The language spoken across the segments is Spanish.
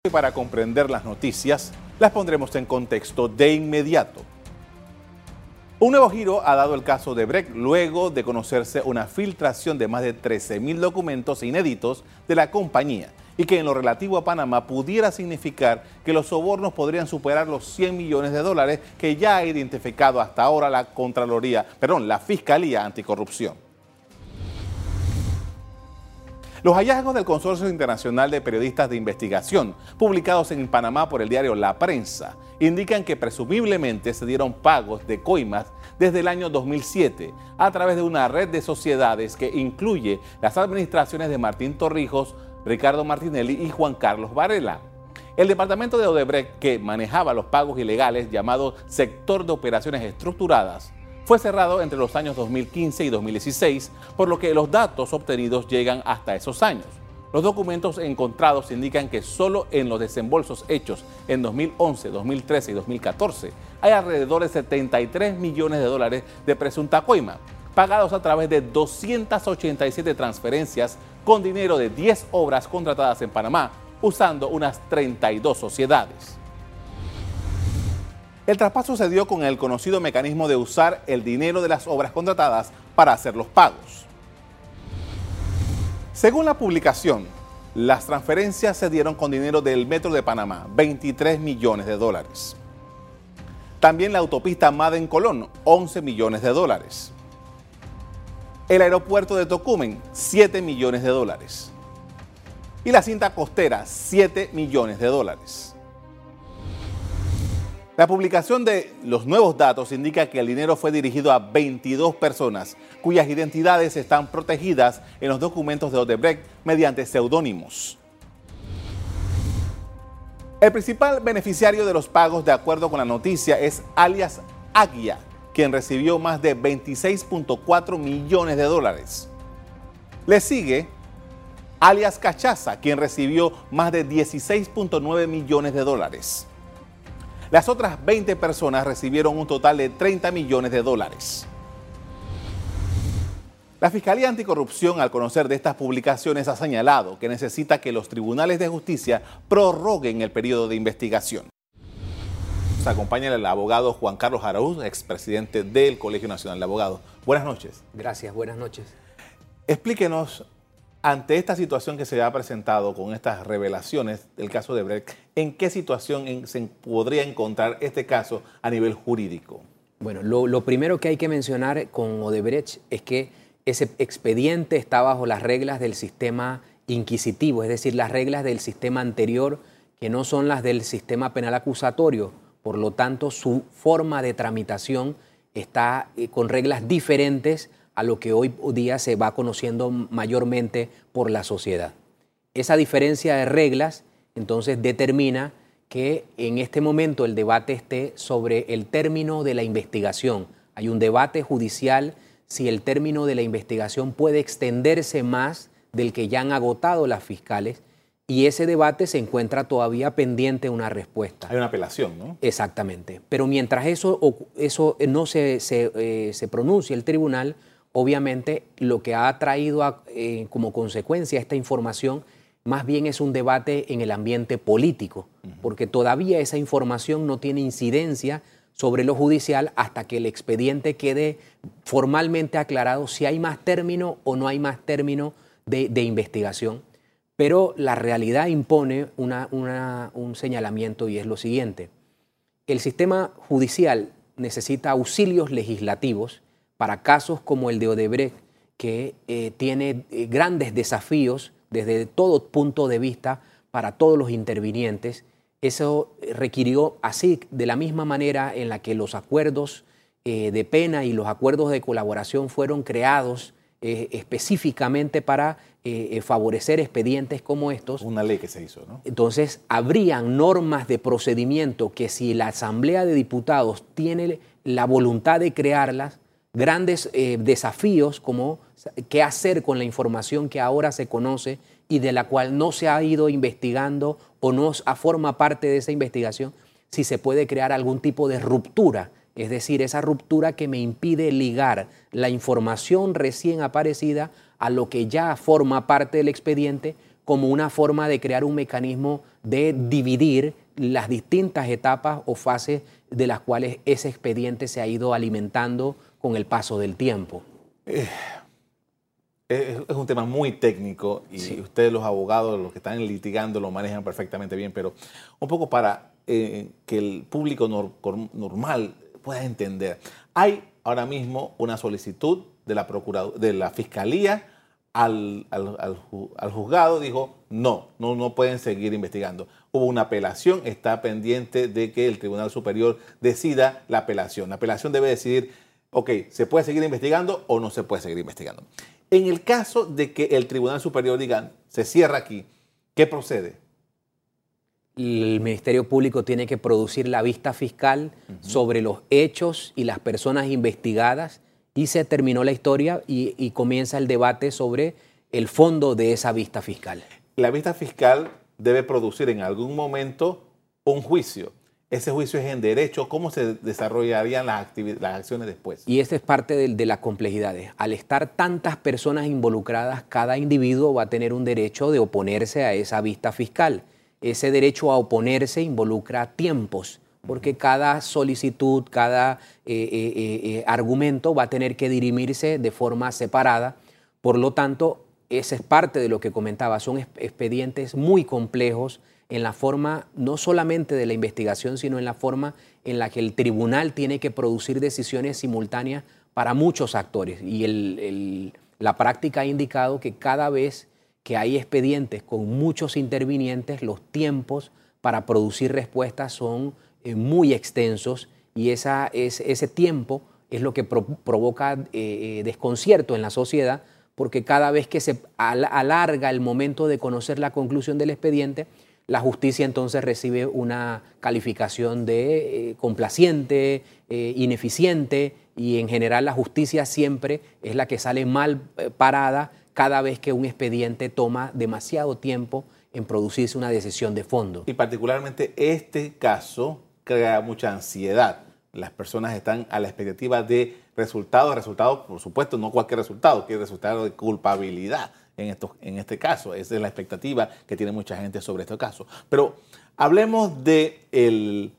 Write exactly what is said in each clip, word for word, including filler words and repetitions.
Y para comprender las noticias, las pondremos en contexto de inmediato. Un nuevo giro ha dado el caso Odebrecht luego de conocerse una filtración de más de trece mil documentos inéditos de la compañía y que en lo relativo a Panamá pudiera significar que los sobornos podrían superar los cien millones de dólares que ya ha identificado hasta ahora la Contraloría, perdón, la Fiscalía Anticorrupción. Los hallazgos del Consorcio Internacional de Periodistas de Investigación, publicados en Panamá por el diario La Prensa, indican que presumiblemente se dieron pagos de coimas desde el año dos mil siete a través de una red de sociedades que incluye las administraciones de Martín Torrijos, Ricardo Martinelli y Juan Carlos Varela. El departamento de Odebrecht, que manejaba los pagos ilegales llamado Sector de Operaciones Estructuradas, fue cerrado entre los años dos mil quince y dos mil dieciséis, por lo que los datos obtenidos llegan hasta esos años. Los documentos encontrados indican que solo en los desembolsos hechos en dos mil once, dos mil trece y dos mil catorce hay alrededor de setenta y tres millones de dólares de presunta coima, pagados a través de doscientas ochenta y siete transferencias con dinero de diez obras contratadas en Panamá, usando unas treinta y dos sociedades. El traspaso se dio con el conocido mecanismo de usar el dinero de las obras contratadas para hacer los pagos. Según la publicación, las transferencias se dieron con dinero del Metro de Panamá, veintitrés millones de dólares. También la autopista Maden Colón, once millones de dólares. El aeropuerto de Tocumen, siete millones de dólares. Y la cinta costera, siete millones de dólares. La publicación de los nuevos datos indica que el dinero fue dirigido a veintidós personas, cuyas identidades están protegidas en los documentos de Odebrecht mediante seudónimos. El principal beneficiario de los pagos, de acuerdo con la noticia, es alias Aguia, quien recibió más de veintiséis punto cuatro millones de dólares. Le sigue alias Cachaza, quien recibió más de dieciséis punto nueve millones de dólares. Las otras veinte personas recibieron un total de treinta millones de dólares. La Fiscalía Anticorrupción, al conocer de estas publicaciones, ha señalado que necesita que los tribunales de justicia prorroguen el periodo de investigación. Nos acompaña el abogado Juan Carlos Araúz, expresidente del Colegio Nacional de Abogados. Buenas noches. Gracias, buenas noches. Explíquenos, ante esta situación que se ha presentado con estas revelaciones del caso de Odebrecht, ¿en qué situación en, se podría encontrar este caso a nivel jurídico? Bueno, lo, lo primero que hay que mencionar con Odebrecht es que ese expediente está bajo las reglas del sistema inquisitivo, es decir, las reglas del sistema anterior, que no son las del sistema penal acusatorio. Por lo tanto, su forma de tramitación está eh, con reglas diferentes a lo que hoy día se va conociendo mayormente por la sociedad. Esa diferencia de reglas, entonces, determina que en este momento el debate esté sobre el término de la investigación. Hay un debate judicial si el término de la investigación puede extenderse más del que ya han agotado las fiscales, y ese debate se encuentra todavía pendiente de una respuesta. Hay una apelación, ¿no? Exactamente. Pero mientras eso, eso no se, se, eh, se pronuncie el tribunal, obviamente lo que ha traído a, eh, como consecuencia esta información más bien es un debate en el ambiente político, uh-huh. porque todavía esa información no tiene incidencia sobre lo judicial hasta que el expediente quede formalmente aclarado si hay más término o no hay más término de, de investigación. Pero la realidad impone una, una, un señalamiento, y es lo siguiente. El sistema judicial necesita auxilios legislativos para casos como el de Odebrecht, que eh, tiene eh, grandes desafíos desde todo punto de vista para todos los intervinientes. Eso requirió, así de la misma manera en la que los acuerdos eh, de pena y los acuerdos de colaboración fueron creados eh, específicamente para eh, favorecer expedientes como estos. Una ley que se hizo, ¿no? Entonces, habrían normas de procedimiento que, si la Asamblea de Diputados tiene la voluntad de crearlas, grandes eh, desafíos como qué hacer con la información que ahora se conoce y de la cual no se ha ido investigando o no forma parte de esa investigación, si se puede crear algún tipo de ruptura, es decir, esa ruptura que me impide ligar la información recién aparecida a lo que ya forma parte del expediente, como una forma de crear un mecanismo de dividir las distintas etapas o fases de las cuales ese expediente se ha ido alimentando con el paso del tiempo. Eh, es, es un tema muy técnico y sí. Ustedes los abogados, los que están litigando, lo manejan perfectamente bien, pero un poco para eh, que el público nor, normal pueda entender. Hay ahora mismo una solicitud de la, Procuraduría, de la Fiscalía al, al, al, al juzgado, dijo no, no, no pueden seguir investigando. Hubo una apelación, está pendiente de que el Tribunal Superior decida la apelación. La apelación debe decidir, ok, ¿se puede seguir investigando o no se puede seguir investigando? En el caso de que el Tribunal Superior diga, se cierra aquí, ¿qué procede? El Ministerio Público tiene que producir la vista fiscal uh-huh. sobre los hechos y las personas investigadas y se terminó la historia y, y comienza el debate sobre el fondo de esa vista fiscal. La vista fiscal debe producir en algún momento un juicio. Ese juicio es en derecho. ¿Cómo se desarrollarían las, las acciones después? Y esta es parte de, de las complejidades. Al estar tantas personas involucradas, cada individuo va a tener un derecho de oponerse a esa vista fiscal. Ese derecho a oponerse involucra tiempos, porque cada solicitud, cada eh, eh, eh, argumento va a tener que dirimirse de forma separada. Por lo tanto, esa es parte de lo que comentaba. Son expedientes muy complejos en la forma no solamente de la investigación, sino en la forma en la que el tribunal tiene que producir decisiones simultáneas para muchos actores. Y el, el, la práctica ha indicado que cada vez que hay expedientes con muchos intervinientes, los tiempos para producir respuestas son eh, muy extensos y esa, es, ese tiempo es lo que pro, provoca eh, desconcierto en la sociedad, porque cada vez que se al, alarga el momento de conocer la conclusión del expediente, la justicia entonces recibe una calificación de eh, complaciente, eh, ineficiente, y en general la justicia siempre es la que sale mal eh, parada cada vez que un expediente toma demasiado tiempo en producirse una decisión de fondo. Y particularmente este caso crea mucha ansiedad. Las personas están a la expectativa de resultados, resultados, por supuesto, no cualquier resultado, que es resultado de culpabilidad en, esto, en este caso. Esa es la expectativa que tiene mucha gente sobre este caso. Pero hablemos de el,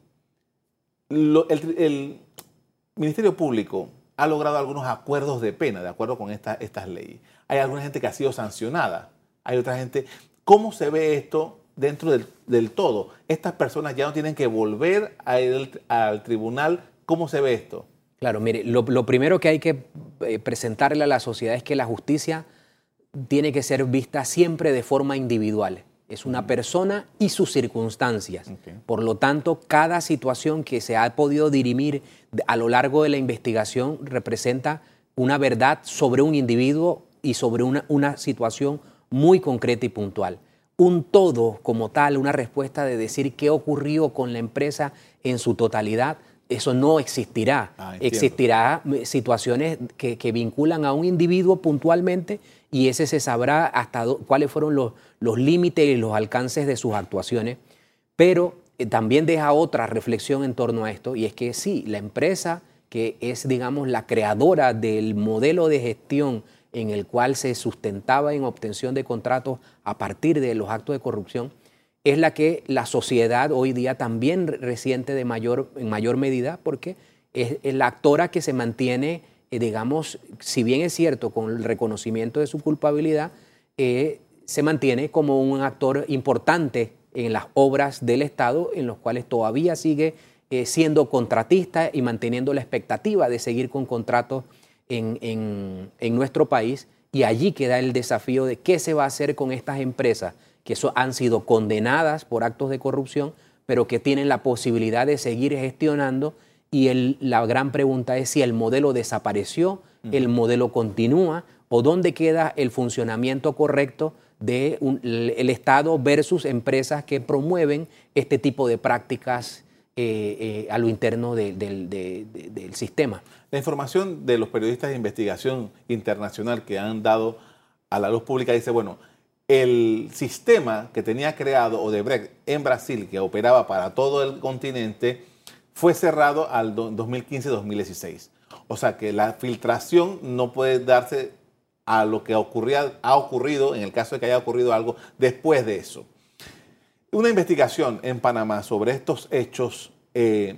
lo, el, el Ministerio Público ha logrado algunos acuerdos de pena de acuerdo con esta, estas leyes. Hay alguna gente que ha sido sancionada, hay otra gente. ¿Cómo se ve esto dentro del, del todo? Estas personas ya no tienen que volver a ir al tribunal. ¿Cómo se ve esto? Claro, mire, lo, lo primero que hay que eh, presentarle a la sociedad es que la justicia tiene que ser vista siempre de forma individual. Es una persona y sus circunstancias. Okay. Por lo tanto, cada situación que se ha podido dirimir a lo largo de la investigación representa una verdad sobre un individuo y sobre una, una situación muy concreta y puntual. Un todo como tal, una respuesta de decir qué ocurrió con la empresa en su totalidad, eso no existirá. Ah, existirá situaciones que, que vinculan a un individuo puntualmente y ese se sabrá hasta do, cuáles fueron los, los límites y los alcances de sus actuaciones, pero eh, también deja otra reflexión en torno a esto, y es que sí, la empresa que es, digamos, la creadora del modelo de gestión en el cual se sustentaba en obtención de contratos a partir de los actos de corrupción, es la que la sociedad hoy día también resiente de mayor, en mayor medida, porque es, es la actora que se mantiene, eh, digamos, si bien es cierto, con el reconocimiento de su culpabilidad, eh, se mantiene como un actor importante en las obras del Estado, en los cuales todavía sigue eh, siendo contratista y manteniendo la expectativa de seguir con contratos en, en, en nuestro país. Y allí queda el desafío de qué se va a hacer con estas empresas que so, han sido condenadas por actos de corrupción, pero que tienen la posibilidad de seguir gestionando. Y el, la gran pregunta es si el modelo desapareció, uh-huh. el modelo continúa, o dónde queda el funcionamiento correcto del de el Estado versus empresas que promueven este tipo de prácticas eh, eh, a lo interno de, de, de, de, del sistema. La información de los periodistas de investigación internacional que han dado a la luz pública dice, bueno, el sistema que tenía creado Odebrecht en Brasil, que operaba para todo el continente, fue cerrado al dos mil quince dos mil dieciséis. O sea que la filtración no puede darse a lo que ocurría, ha ocurrido, en el caso de que haya ocurrido algo después de eso. una investigación en Panamá sobre estos hechos, eh,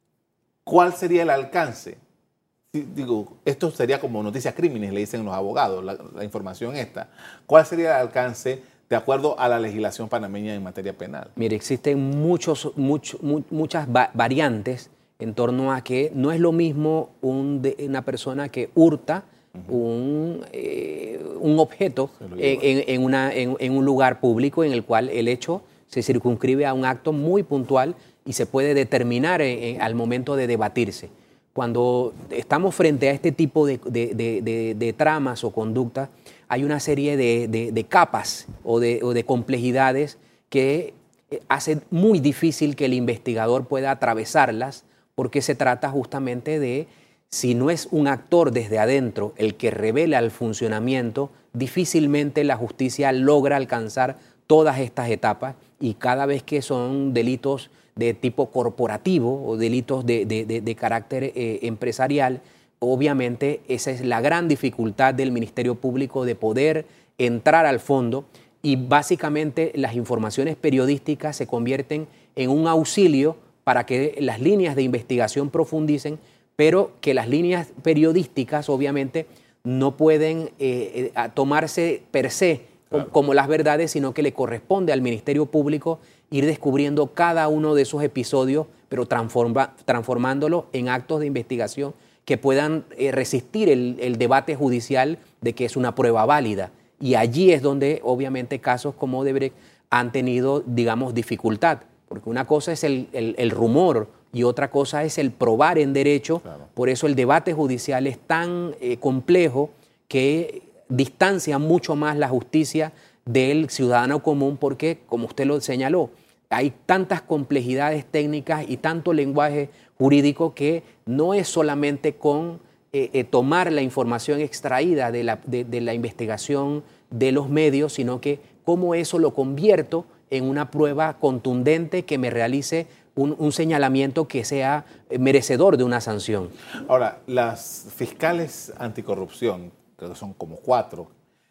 ¿cuál sería el alcance? Sí, digo, esto sería como noticias crímenes, le dicen los abogados, la, la información esta. ¿Cuál sería el alcance de acuerdo a la legislación panameña en materia penal? Mire, existen muchos, mucho, mu muchas va variantes en torno a que no es lo mismo un de, una persona que hurta uh-huh. un, eh, un objeto en, en, en, una, en, en un lugar público en el cual el hecho se circunscribe a un acto muy puntual y se puede determinar en, en, al momento de debatirse. Cuando estamos frente a este tipo de, de, de, de, de tramas o conductas, hay una serie de, de, de capas o de, o de complejidades que hace muy difícil que el investigador pueda atravesarlas, porque se trata justamente de, si no es un actor desde adentro el que revela el funcionamiento, difícilmente la justicia logra alcanzar todas estas etapas, y cada vez que son delitos de tipo corporativo o delitos de, de, de, de carácter eh, empresarial, obviamente esa es la gran dificultad del Ministerio Público, de poder entrar al fondo, y básicamente las informaciones periodísticas se convierten en un auxilio para que las líneas de investigación profundicen, pero que las líneas periodísticas obviamente no pueden eh, tomarse per se claro. como las verdades, sino que le corresponde al Ministerio Público ir descubriendo cada uno de esos episodios, pero transforma, transformándolo en actos de investigación que puedan eh, resistir el, el debate judicial de que es una prueba válida. Y allí es donde obviamente casos como Odebrecht han tenido, digamos, dificultad, porque una cosa es el, el, el rumor y otra cosa es el probar en derecho. Claro. Por eso el debate judicial es tan eh, complejo que distancia mucho más la justicia del ciudadano común, porque, como usted lo señaló, hay tantas complejidades técnicas y tanto lenguaje jurídico que no es solamente con eh, eh, tomar la información extraída de la, de, de la investigación de los medios, sino que cómo eso lo convierto en una prueba contundente que me realice un, un señalamiento que sea merecedor de una sanción. Ahora, las fiscales anticorrupción, creo que son como cuatro,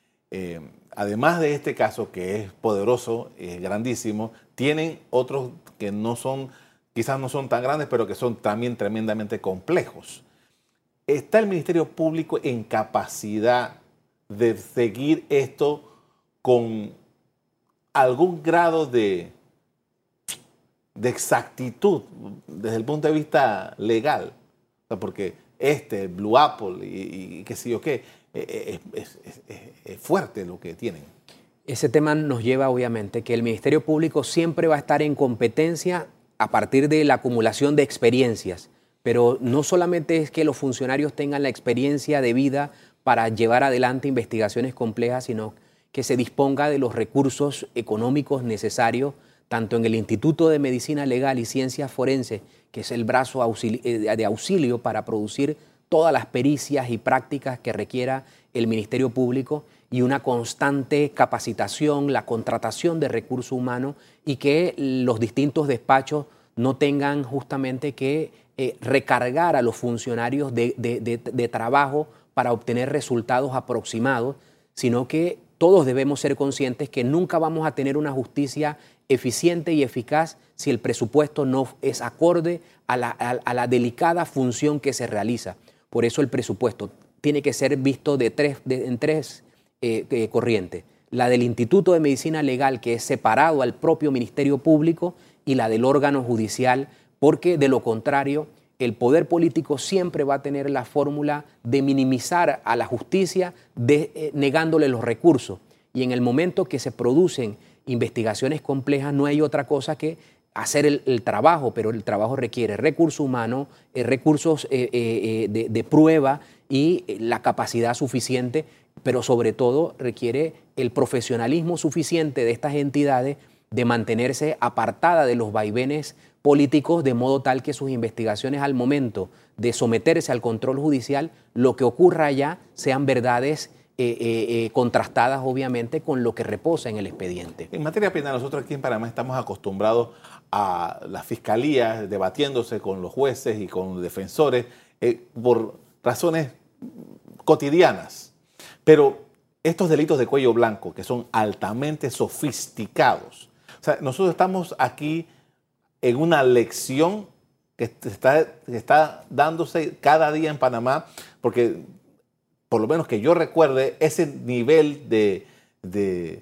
eh, además de este caso que es poderoso, eh, grandísimo, tienen otros que no son, quizás no son tan grandes, pero que son también tremendamente complejos. ¿Está el Ministerio Público en capacidad de seguir esto con algún grado de, de exactitud desde el punto de vista legal? O sea, porque este, Blue Apple y, y qué sé yo qué, es, es, es, es fuerte lo que tienen. Ese tema nos lleva obviamente que el Ministerio Público siempre va a estar en competencia a partir de la acumulación de experiencias, pero no solamente es que los funcionarios tengan la experiencia debida para llevar adelante investigaciones complejas, sino que se disponga de los recursos económicos necesarios, tanto en el Instituto de Medicina Legal y Ciencias Forenses, que es el brazo auxili- de auxilio para producir todas las pericias y prácticas que requiera el Ministerio Público, y una constante capacitación, la contratación de recursos humanos, y que los distintos despachos no tengan justamente que eh, recargar a los funcionarios de, de, de, de trabajo para obtener resultados aproximados, sino que todos debemos ser conscientes que nunca vamos a tener una justicia eficiente y eficaz si el presupuesto no es acorde a la, a, a la delicada función que se realiza. Por eso el presupuesto tiene que ser visto de tres, de, en tres eh, eh, corrientes. La del Instituto de Medicina Legal, que es separado al propio Ministerio Público, y la del órgano judicial, porque de lo contrario el poder político siempre va a tener la fórmula de minimizar a la justicia de, eh, negándole los recursos. Y en el momento que se producen investigaciones complejas no hay otra cosa que hacer el, el trabajo, pero el trabajo requiere recursos humanos, eh, recursos eh, eh, de, de prueba y eh, la capacidad suficiente, pero sobre todo requiere el profesionalismo suficiente de estas entidades de mantenerse apartada de los vaivenes políticos, de modo tal que sus investigaciones, al momento de someterse al control judicial, lo que ocurra allá sean verdades eh, eh, eh, contrastadas obviamente con lo que reposa en el expediente. En materia penal, nosotros aquí en Panamá estamos acostumbrados a las fiscalías debatiéndose con los jueces y con los defensores eh, por razones cotidianas, pero estos delitos de cuello blanco, que son altamente sofisticados, O sea, nosotros estamos aquí en una lección que está, que está dándose cada día en Panamá, porque por lo menos que yo recuerde, ese nivel de, de,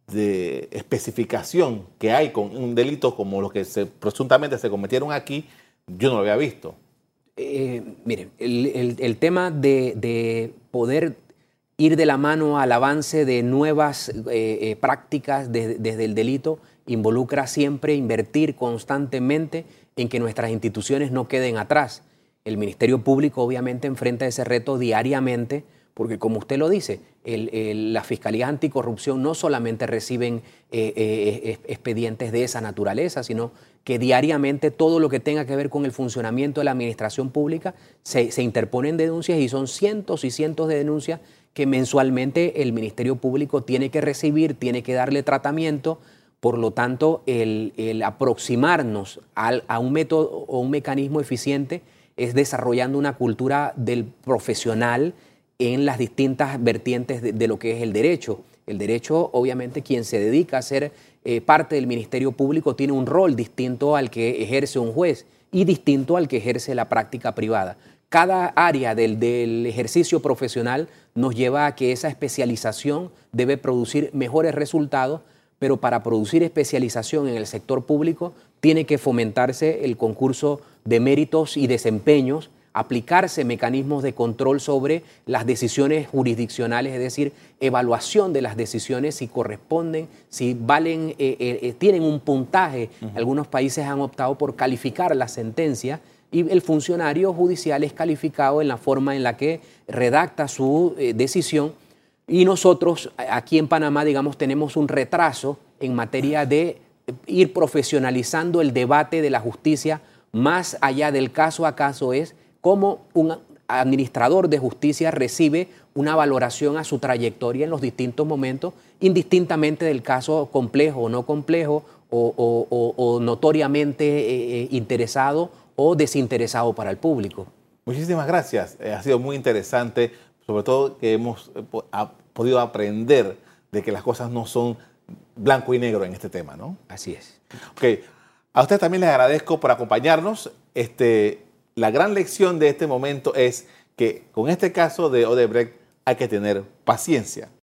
de especificación que hay con un delito como los que se, presuntamente se cometieron aquí, yo no lo había visto. Eh, miren, el, el, el tema de, de poder ir de la mano al avance de nuevas eh, eh, prácticas de, desde el delito involucra siempre invertir constantemente en que nuestras instituciones no queden atrás. El Ministerio Público obviamente enfrenta ese reto diariamente porque, como usted lo dice, el, el, las fiscalías anticorrupción no solamente reciben eh, eh, expedientes de esa naturaleza, sino que diariamente todo lo que tenga que ver con el funcionamiento de la administración pública se, se interponen denuncias y son cientos y cientos de denuncias que mensualmente el Ministerio Público tiene que recibir, tiene que darle tratamiento. Por lo tanto, el, el aproximarnos al, a un método o un mecanismo eficiente es desarrollando una cultura del profesional en las distintas vertientes de, de lo que es el derecho. El derecho, obviamente, quien se dedica a ser eh, parte del Ministerio Público tiene un rol distinto al que ejerce un juez y distinto al que ejerce la práctica privada. Cada área del, del ejercicio profesional nos lleva a que esa especialización debe producir mejores resultados, pero para producir especialización en el sector público tiene que fomentarse el concurso de méritos y desempeños, aplicarse mecanismos de control sobre las decisiones jurisdiccionales, es decir, evaluación de las decisiones, si corresponden, si valen, eh, eh, tienen un puntaje. Uh-huh. Algunos países han optado por calificar la sentencia y el funcionario judicial es calificado en la forma en la que redacta su eh, decisión. Y nosotros aquí en Panamá, digamos, tenemos un retraso en materia de ir profesionalizando el debate de la justicia más allá del caso a caso, es cómo un administrador de justicia recibe una valoración a su trayectoria en los distintos momentos, indistintamente del caso complejo o no complejo, o, o, o, o notoriamente eh, interesado o desinteresado para el público. Muchísimas gracias. Eh, ha sido muy interesante, sobre todo que hemos eh, ha podido aprender de que las cosas no son blanco y negro en este tema, ¿no? Así es. Ok. A usted también les agradezco por acompañarnos. Este, la gran lección de este momento es que con este caso de Odebrecht hay que tener paciencia.